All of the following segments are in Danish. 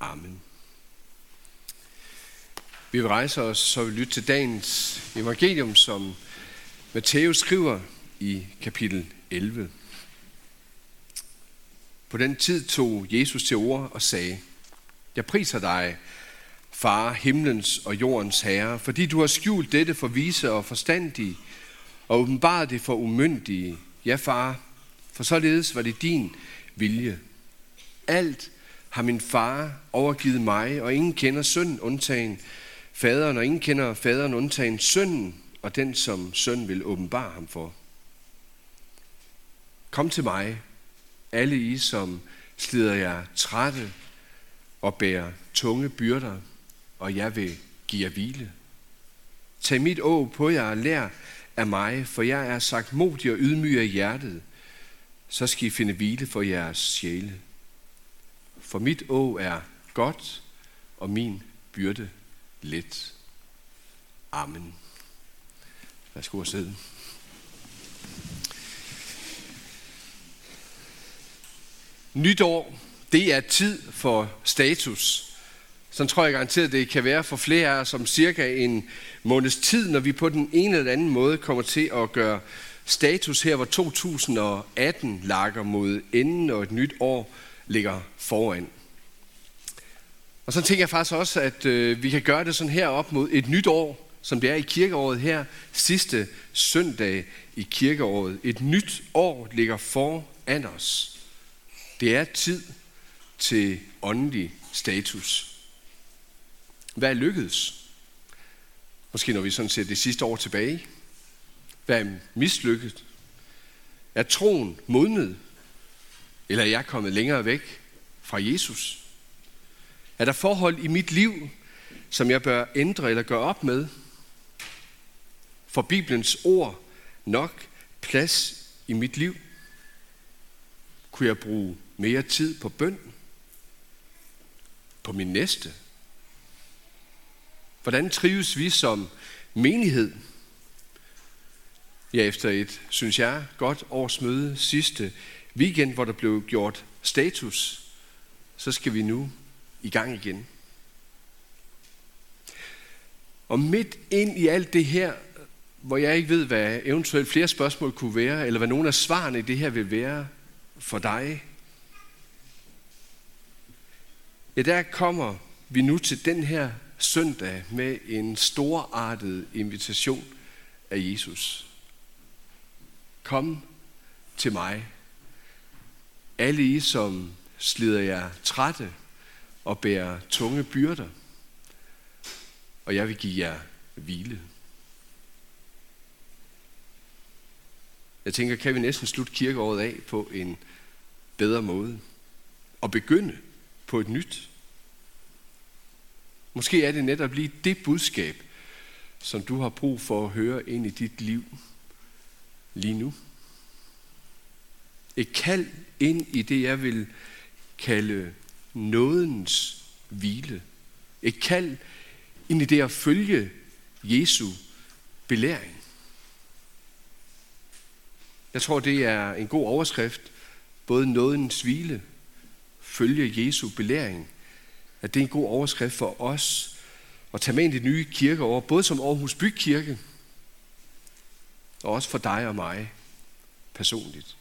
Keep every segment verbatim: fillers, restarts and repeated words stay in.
Amen. Vi vil rejse os, så vi lytter til dagens evangelium, som Matthæus skriver i kapitel elleve. På den tid tog Jesus til orde og sagde: Jeg priser dig, Far, himlens og jordens herre, fordi du har skjult dette for vise og forstandige, og åbenbaret det for umyndige. Ja, far, for således var det din vilje. Alt har min far overgivet mig, og ingen kender sønnen undtagen faderen, og ingen kender faderen undtagen sønnen, og den som sønnen vil åbenbare ham for. Kom til mig, alle I, som slider jer trætte og bærer tunge byrder, og jeg vil give jer hvile. Tag mit åg på jer og lær af mig, for jeg er sagtmodig og ydmyg af hjertet. Så skal I finde hvile for jeres sjæle. For mit åg er godt, og min byrde let. Amen. Værsgo at sidde. Nytår, det er tid for status. Sådan tror jeg garanteret, det kan være for flere af os om cirka en måneds tid, når vi på den ene eller anden måde kommer til at gøre status her, hvor to tusind og atten lakker mod enden, og et nyt år ligger foran. Og så tænker jeg faktisk også, at øh, vi kan gøre det sådan her op mod et nyt år, som det er i kirkeåret her, sidste søndag i kirkeåret. Et nyt år ligger foran os. Det er tid til åndelig status. Hvad er lykkedes? Måske når vi sådan ser det sidste år tilbage. Hvad er mislykket? Er troen modnet? Eller er jeg kommet længere væk fra Jesus? Er der forhold i mit liv, som jeg bør ændre eller gøre op med? Får Bibelens ord nok plads i mit liv? Kunne jeg bruge mere tid på bøn? På min næste? Hvordan trives vi som menighed? Ja, efter et, synes jeg, godt års møde sidste weekend, hvor der blev gjort status, så skal vi nu i gang igen. Og midt ind i alt det her, hvor jeg ikke ved, hvad eventuelt flere spørgsmål kunne være, eller hvad nogle af svarene i det her vil være for dig, ja, der kommer vi nu til den her søndag med en storartet invitation af Jesus. Kom til mig, alle I, som slider jer trætte og bærer tunge byrder, og jeg vil give jer hvile. Jeg tænker, kan vi næsten slutte kirkeåret af på en bedre måde og begynde på et nyt? Måske er det netop lige det budskab, som du har brug for at høre ind i dit liv lige nu. Et kald ind i det, jeg vil kalde nådens hvile. Et kald ind i det at følge Jesu belæring. Jeg tror, det er en god overskrift, både nådens hvile, følge Jesu belæring, at det er en god overskrift for os at tage med ind i det nye kirkeår, både som Aarhus Bykirke, og også for dig og mig personligt.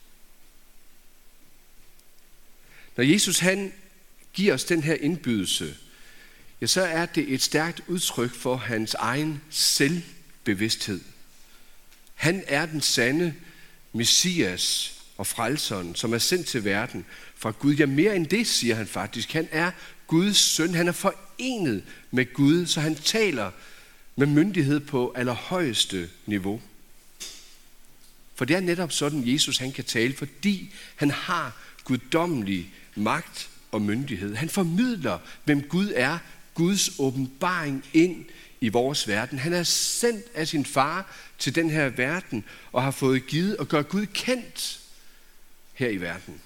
Når Jesus han giver os den her indbydelse, ja, så er det et stærkt udtryk for hans egen selvbevidsthed. Han er den sande Messias og frelseren, som er sendt til verden fra Gud. Ja, mere end det, siger han faktisk. Han er Guds søn. Han er forenet med Gud, så han taler med myndighed på allerhøjeste niveau. For det er netop sådan, Jesus han kan tale, fordi han har guddommelig magt og myndighed. Han formidler, hvem Gud er, Guds åbenbaring ind i vores verden. Han er sendt af sin far til den her verden og har fået givet at gøre Gud kendt her i verden.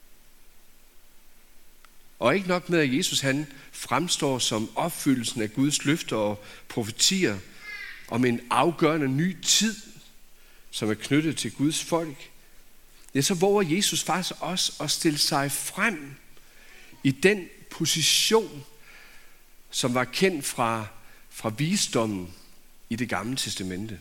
Og ikke nok med, at Jesus han fremstår som opfyldelsen af Guds løfter og profetier om en afgørende ny tid, som er knyttet til Guds folk, ja, så våger Jesus faktisk også at stille sig frem i den position, som var kendt fra, fra visdommen i det gamle testamente.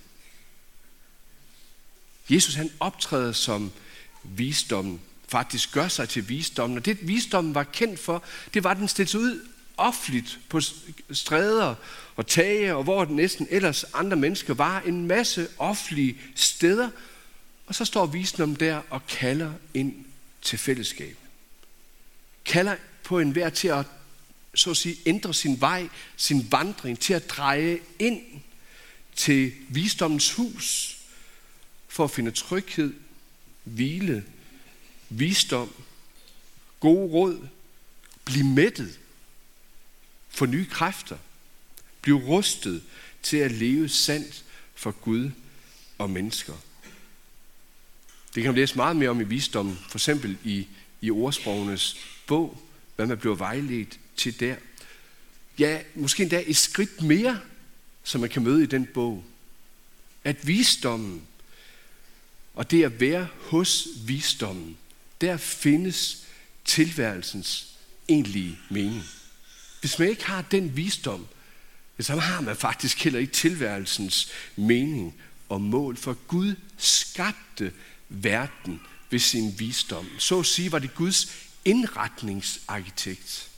Jesus han optræder som visdommen, faktisk gør sig til visdommen. Og det visdommen var kendt for, det var, at den stillede sig ud offentligt på stræder og tage, og hvor den næsten ellers andre mennesker var, en masse offentlige steder. Og så står visdommen der og kalder ind til fællesskab. Kalder på enhver til at, så at sige, ændre sin vej, sin vandring, til at dreje ind til visdommens hus, for at finde tryghed, hvile, visdom, gode råd, blive mættet, få nye kræfter, blive rustet til at leve sandt for Gud og mennesker. Det kan man læse meget mere om i visdommen, for eksempel i, i ordsprogenes bog, hvad man bliver vejledt til der. Ja, måske endda et skridt mere, som man kan møde i den bog. At visdommen, og det at være hos visdommen, der findes tilværelsens egentlige mening. Hvis man ikke har den visdom, så har man faktisk heller ikke tilværelsens mening og mål, for Gud skabte verden ved sin visdom. Så at sige var det Guds indretningsarkitekt.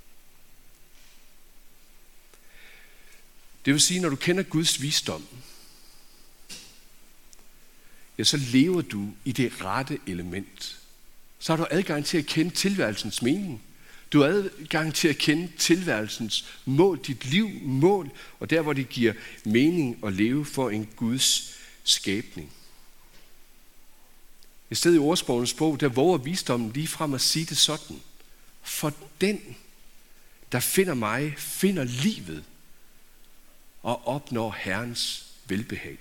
Det vil sige, når du kender Guds visdom, ja, så lever du i det rette element. Så har du adgang til at kende tilværelsens mening. Du har adgang til at kende tilværelsens mål, dit liv, mål, og der, hvor det giver mening at leve for en Guds skabning. I stedet i ordsprogenes bog, der våger visdommen lige frem at sige det sådan. For den, der finder mig, finder livet og opnår Herrens velbehag.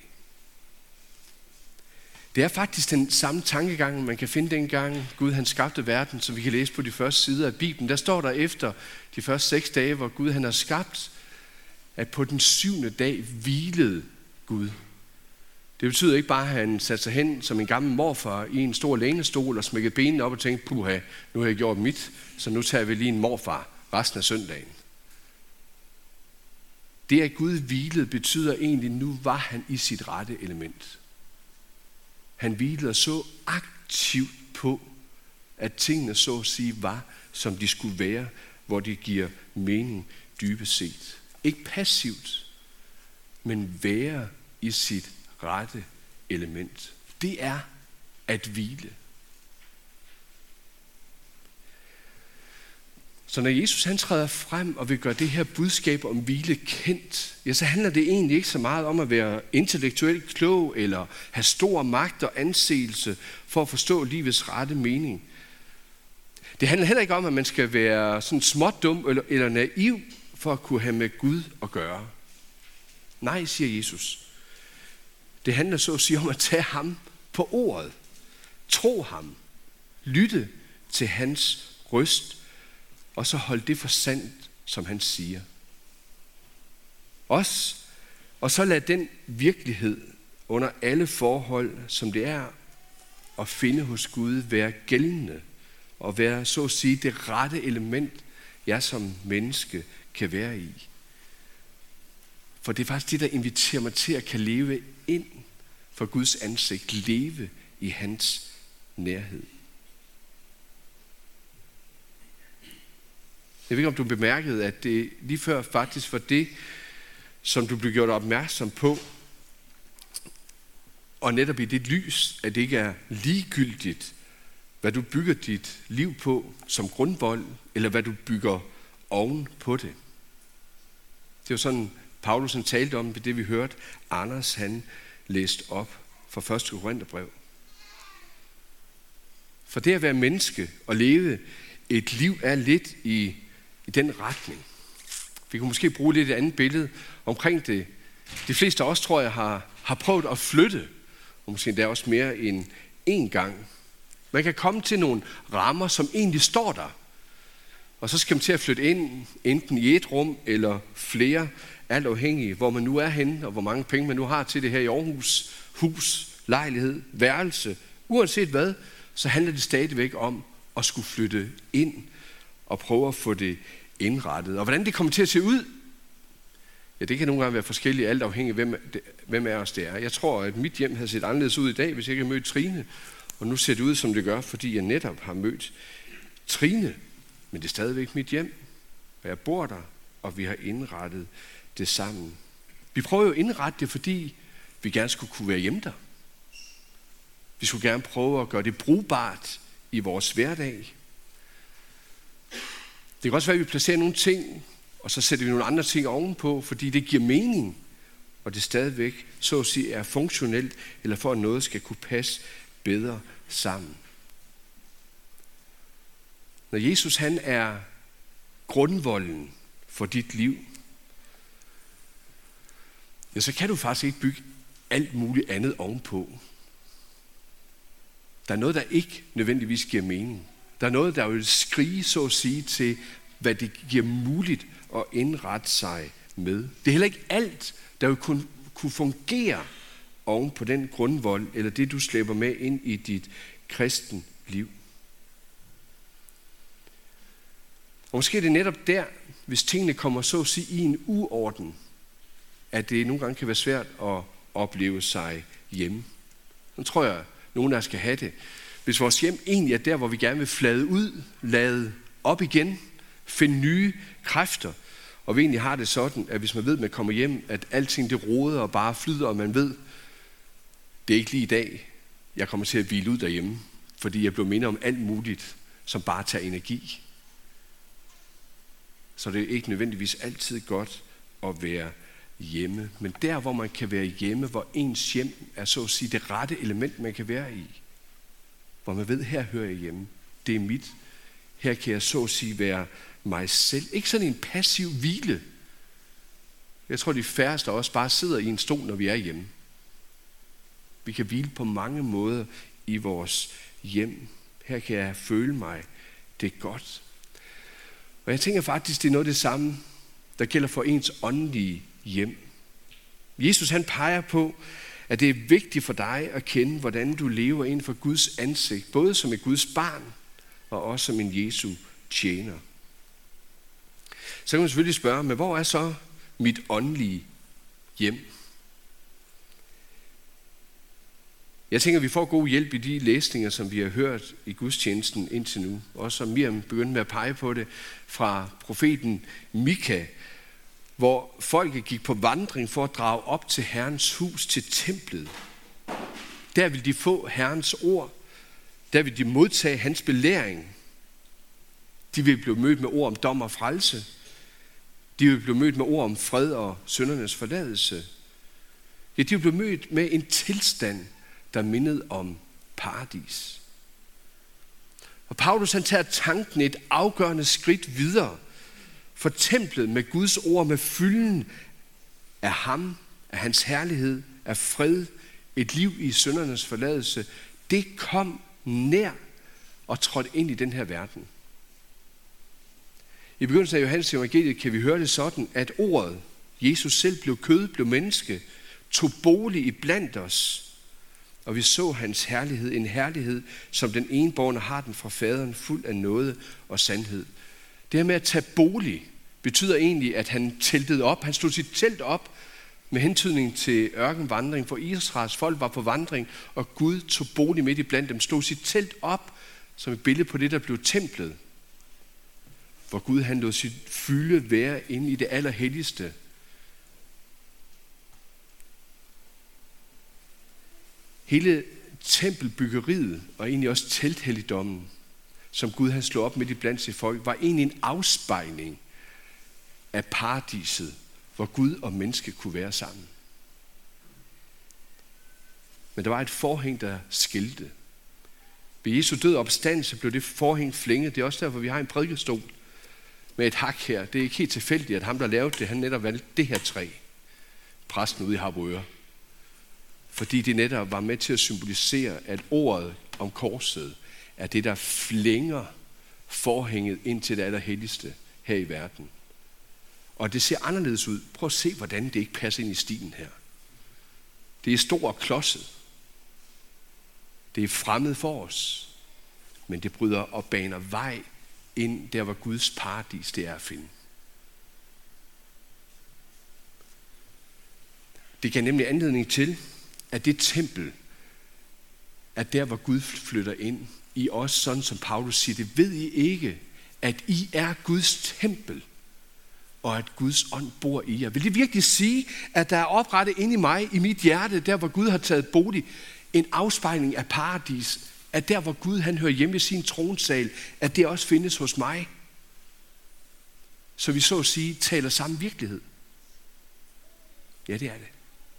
Det er faktisk den samme tankegang, man kan finde dengang Gud han skabte verden, som vi kan læse på de første sider af Bibelen. Der står der efter de første seks dage, hvor Gud han har skabt, at på den syvende dag hvilede Gud. Det betyder ikke bare, at han satte sig hen som en gammel morfar i en stor lænestol og smækkede benene op og tænkte, puha, nu har jeg gjort mit, så nu tager vi lige en morfar resten af søndagen. Det at Gud hvilede betyder egentlig, at nu var han i sit rette element. Han hvilede og så aktivt på, at tingene så at sige var, som de skulle være, hvor de giver mening dybest set. Ikke passivt, men være i sit rette element. Det er at hvile. Så når Jesus han træder frem og vil gøre det her budskab om hvile kendt, ja, så handler det egentlig ikke så meget om at være intellektuelt klog eller have stor magt og anseelse for at forstå livets rette mening. Det handler heller ikke om, at man skal være sådan smådum eller, eller naiv for at kunne have med Gud at gøre. Nej, siger Jesus. Det handler så at sige om at tage ham på ordet, tro ham, lytte til hans røst, og så holde det for sandt, som han siger. Også, og så lad den virkelighed under alle forhold, som det er at finde hos Gud, være gældende og være, så at sige, det rette element, jeg som menneske kan være i. For det er faktisk det, der inviterer mig til at kan leve ind for Guds ansigt, leve i hans nærhed. Jeg ved ikke, om du bemærkede, at det lige før faktisk var det, som du blev gjort opmærksom på, og netop i det lys, at det ikke er ligegyldigt, hvad du bygger dit liv på som grundvold, eller hvad du bygger oven på det. Det var sådan, Paulus han talte om det, vi hørte Anders han læste op fra første Korintherbrev. For det at være menneske og leve et liv er lidt i, i den retning. Vi kan måske bruge lidt et andet billede omkring det. De fleste af os, tror jeg, har, har prøvet at flytte, og måske endda også mere end én gang. Man kan komme til nogle rammer, som egentlig står der, og så skal man til at flytte ind, enten i et rum eller flere, alt afhængig, hvor man nu er henne, og hvor mange penge man nu har til det her i Aarhus. Hus, lejlighed, værelse, uanset hvad, så handler det stadigvæk om at skulle flytte ind og prøve at få det indrettet. Og hvordan det kommer til at se ud, ja, det kan nogle gange være forskelligt, alt afhængig af, hvem, hvem af os det er. Jeg tror, at mit hjem havde set anderledes ud i dag, hvis jeg ikke havde mødt Trine. Og nu ser det ud, som det gør, fordi jeg netop har mødt Trine. Men det er stadigvæk mit hjem, og jeg bor der, og vi har indrettet det sammen. Vi prøver jo at indrette det, fordi vi gerne skulle kunne være hjemme der. Vi skulle gerne prøve at gøre det brugbart i vores hverdag. Det kan også være, at vi placerer nogle ting, og så sætter vi nogle andre ting ovenpå, fordi det giver mening, og det stadigvæk, så at sige, er funktionelt, eller for at noget skal kunne passe bedre sammen. Når Jesus han er grundvolden for dit liv, ja, så kan du faktisk ikke bygge alt muligt andet ovenpå. Der er noget, der ikke nødvendigvis giver mening. Der er noget, der vil skrige, så at sige, til, hvad det giver muligt at indrette sig med. Det er heller ikke alt, der vil kunne, kunne fungere oven på den grundvold, eller det, du slæber med ind i dit kristen liv. Og måske er det netop der, hvis tingene kommer så at sige i en uorden, at det nogle gange kan være svært at opleve sig hjemme. Så tror jeg, at nogen af os skal have det. Hvis vores hjem egentlig er der, hvor vi gerne vil flade ud, lade op igen, finde nye kræfter, og vi egentlig har det sådan, at hvis man ved, at man kommer hjem, at alting det roder og bare flyder, og man ved, det er ikke lige i dag, jeg kommer til at hvile ud derhjemme, fordi jeg blev mindet om alt muligt, som bare tager energi. Så det er ikke nødvendigvis altid godt at være hjemme. Men der, hvor man kan være hjemme, hvor ens hjem er så at sige det rette element, man kan være i. Hvor man ved, her hører jeg hjemme. Det er mit. Her kan jeg så at sige være mig selv. Ikke sådan en passiv hvile. Jeg tror, de færreste af os bare sidder i en stol, når vi er hjemme. Vi kan hvile på mange måder i vores hjem. Her kan jeg føle mig. Det er godt. Og jeg tænker faktisk, det er noget af det samme, der gælder for ens åndelige hjem. Jesus han peger på, at det er vigtigt for dig at kende, hvordan du lever inden for Guds ansigt, både som et Guds barn og også som en Jesu tjener. Så kan man selvfølgelig spørge, men hvor er så mit åndelige hjem? Jeg tænker, at vi får god hjælp i de læsninger, som vi har hørt i gudstjenesten indtil nu. Også som Miriam begyndte med at pege på det fra profeten Mika, hvor folket gik på vandring for at drage op til Herrens hus, til templet. Der vil de få Herrens ord. Der vil de modtage hans belæring. De vil blive mødt med ord om dom og frelse. De vil blive mødt med ord om fred og syndernes forladelse. Ja, de vil blive mødt med en tilstand, der mindede om paradis. Og Paulus han tager tanken et afgørende skridt videre. For templet med Guds ord, med fylden af ham, af hans herlighed, af fred, et liv i syndernes forladelse, det kom nær og trådte ind i den her verden. I begyndelsen af Johannes evangeliet kan vi høre det sådan, at ordet, Jesus selv blev kød, blev menneske, tog bolig i blandt os, og vi så hans herlighed, en herlighed, som den enbårne har den fra faderen, fuld af nåde og sandhed. Det her med at tage bolig betyder egentlig, at han teltede op. Han slog sit telt op med hentydning til ørkenvandring, for Israels folk var på vandring, og Gud tog bolig midt i blandt dem, slog sit telt op som et billede på det, der blev templet, hvor Gud han lod sit fylde være inde i det allerhelligste. Hele tempelbyggeriet og egentlig også telthelligdommen, som Gud han slog op midt i blandt sit folk, var egentlig en afspejling af paradiset, hvor Gud og menneske kunne være sammen. Men der var et forhæng, der skilte. Ved Jesu død og opstandelse blev det forhæng flænget. Det er også derfor, vi har en prædikestol med et hak her. Det er ikke helt tilfældigt, at ham, der lavede det, han netop valgte det her træ. Præsten ude i Harboøre. Fordi det netop var med til at symbolisere, at ordet om korset er det, der flænger forhænget ind til det allerhelligste her i verden. Og det ser anderledes ud. Prøv at se, hvordan det ikke passer ind i stilen her. Det er stort og klodset. Det er fremmed for os. Men det bryder og baner vej ind der, hvor Guds paradis det er at finde. Det gav nemlig anledning til, at det tempel, at der, hvor Gud flytter ind i os, sådan som Paulus siger, det ved I ikke, at I er Guds tempel, og at Guds ånd bor i jer. Vil det virkelig sige, at der er oprettet inde i mig, i mit hjerte, der hvor Gud har taget bolig, en afspejling af paradis, at der hvor Gud han hører hjemme i sin tronsal, at det også findes hos mig? Så vi så at sige taler samme virkelighed. Ja, det er det.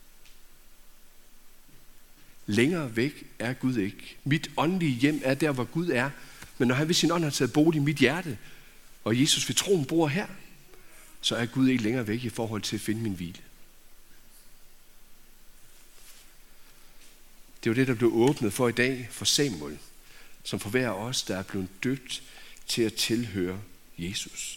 Længere væk er Gud ikke. Mit åndelige hjem er der, hvor Gud er. Men når han ved sin ånd har taget bolig i mit hjerte, og Jesus ved troen bor her, så er Gud ikke længere væk i forhold til at finde min hvile. Det er jo det, der blev åbnet for i dag for Samuel, som for hver af os, der er blevet døbt til at tilhøre Jesus.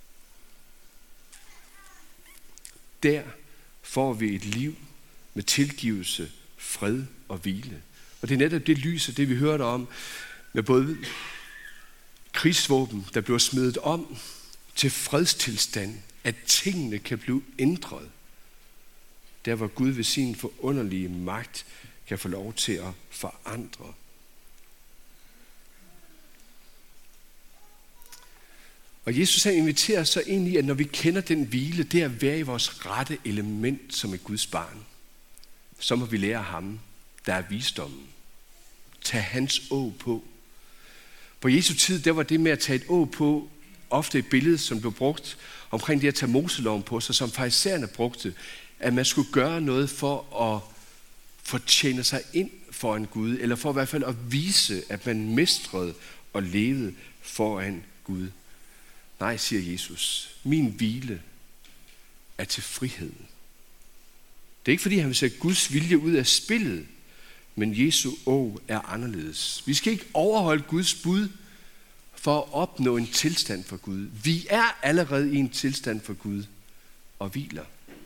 Der får vi et liv med tilgivelse, fred og hvile. Og det er netop det lys af det, vi hørte om, med både krigsvåben, der bliver smidt om til fredstilstand, at tingene kan blive ændret. Der hvor Gud ved sin forunderlige magt kan få lov til at forandre. Og Jesus han inviterer så ind i, at når vi kender den hvile, det er at være i vores rette element som et Guds barn. Så må vi lære ham, der er visdommen. Tag hans å på. På Jesu tid, der var det med at tage et å på, ofte et billede, som blev brugt omkring det at tage Moseloven på sig, som farisæerne brugte, at man skulle gøre noget for at fortjene sig ind foran Gud, eller for i hvert fald at vise, at man mestrede og levede foran Gud. Nej, siger Jesus, min hvile er til frihed. Det er ikke fordi, han vil sætte Guds vilje ud af spillet, men Jesu å er anderledes. Vi skal ikke overholde Guds bud for at opnå en tilstand for Gud. Vi er allerede i en tilstand for Gud og hviler.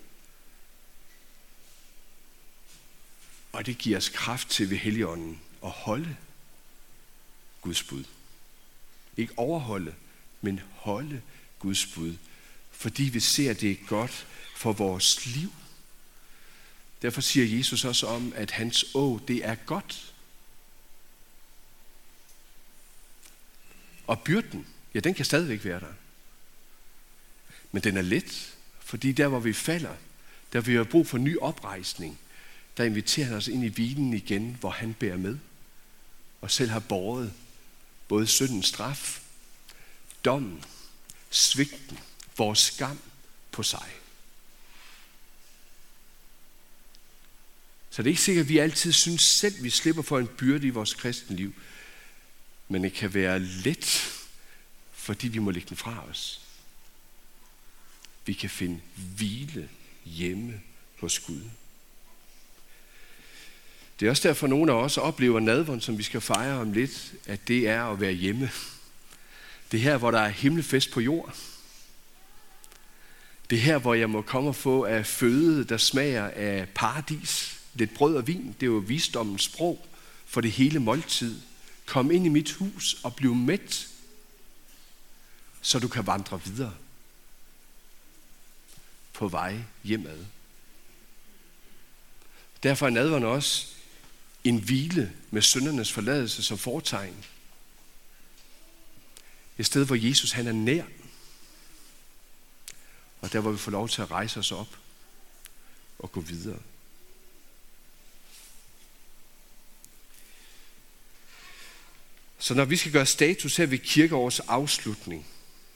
Og det giver os kraft til ved Helligånden at holde Guds bud. Ikke overholde, men holde Guds bud. Fordi vi ser, at det er godt for vores liv. Derfor siger Jesus også om, at hans å, det er godt. Og byrden, ja, den kan stadigvæk være der. Men den er let, fordi der, hvor vi falder, der vi har brug for ny oprejsning, der inviterer han os ind i hvilen igen, hvor han bærer med, og selv har båret både syndens straf, dommen, svigten, vores skam på sig. Så det er ikke sikkert, at vi altid synes selv, at vi slipper for en byrde i vores kristne liv. Men det kan være let, fordi vi må lægge den fra os. Vi kan finde hvile hjemme hos Gud. Det er også derfor, at nogle af os oplever nadveren, som vi skal fejre om lidt, at det er at være hjemme. Det er her, hvor der er himmelfest på jord. Det er her, hvor jeg må komme og få af føde, der smager af paradis. Lidt brød og vin, det er jo visdommens sprog for det hele måltid. Kom ind i mit hus og bliv mæt, så du kan vandre videre på vej hjemad. Derfor er nadveren også en hvile med syndernes forladelse som fortegn. Et sted, hvor Jesus han er nær. Og der, hvor vi får lov til at rejse os op og gå videre. Så når vi skal gøre status her ved kirkeårets afslutning,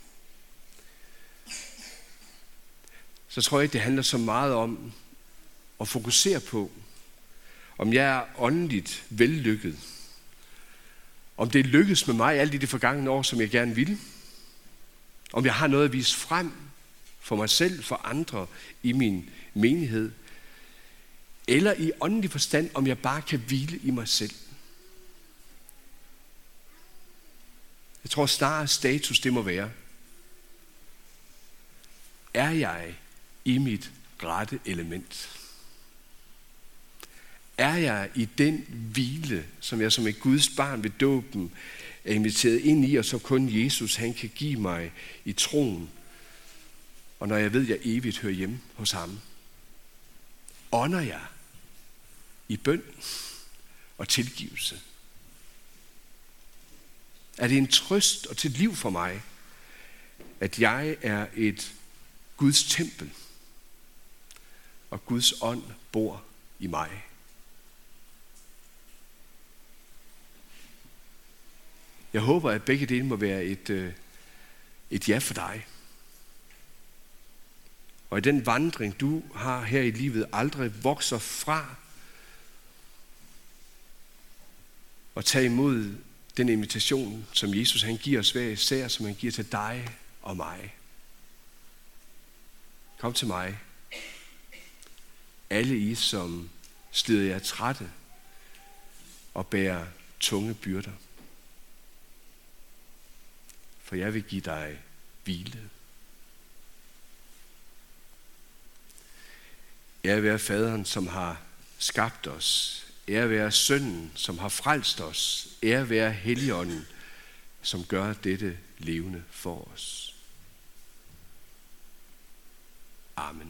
så tror jeg ikke, det handler så meget om at fokusere på, om jeg er åndeligt vellykket. Om det lykkes med mig alt i det forgangne år, som jeg gerne vil. Om jeg har noget at vise frem for mig selv, for andre i min menighed. Eller i åndelig forstand, om jeg bare kan hvile i mig selv. Jeg tror snarere status det må være. Er jeg i mit rette element? Er jeg i den hvile, som jeg som et Guds barn ved dåben er inviteret ind i, og så kun Jesus, han kan give mig i troen. Og når jeg ved, at jeg evigt hører hjemme hos ham, ånder jeg i bøn og tilgivelse. Er det en trøst og til et liv for mig, at jeg er et Guds tempel, og Guds ånd bor i mig? Jeg håber, at begge dele må være et, et ja for dig. Og i den vandring, du har her i livet, aldrig vokser fra og tage imod den invitation, som Jesus han giver os hver især, som han giver til dig og mig. Kom til mig. Alle I, som slider jer trætte og bærer tunge byrder. For jeg vil give dig hvile. Ære være faderen, som har skabt os. Ære være sønnen, som har frelst os. Ære være Helligånden, som gør dette levende for os. Amen.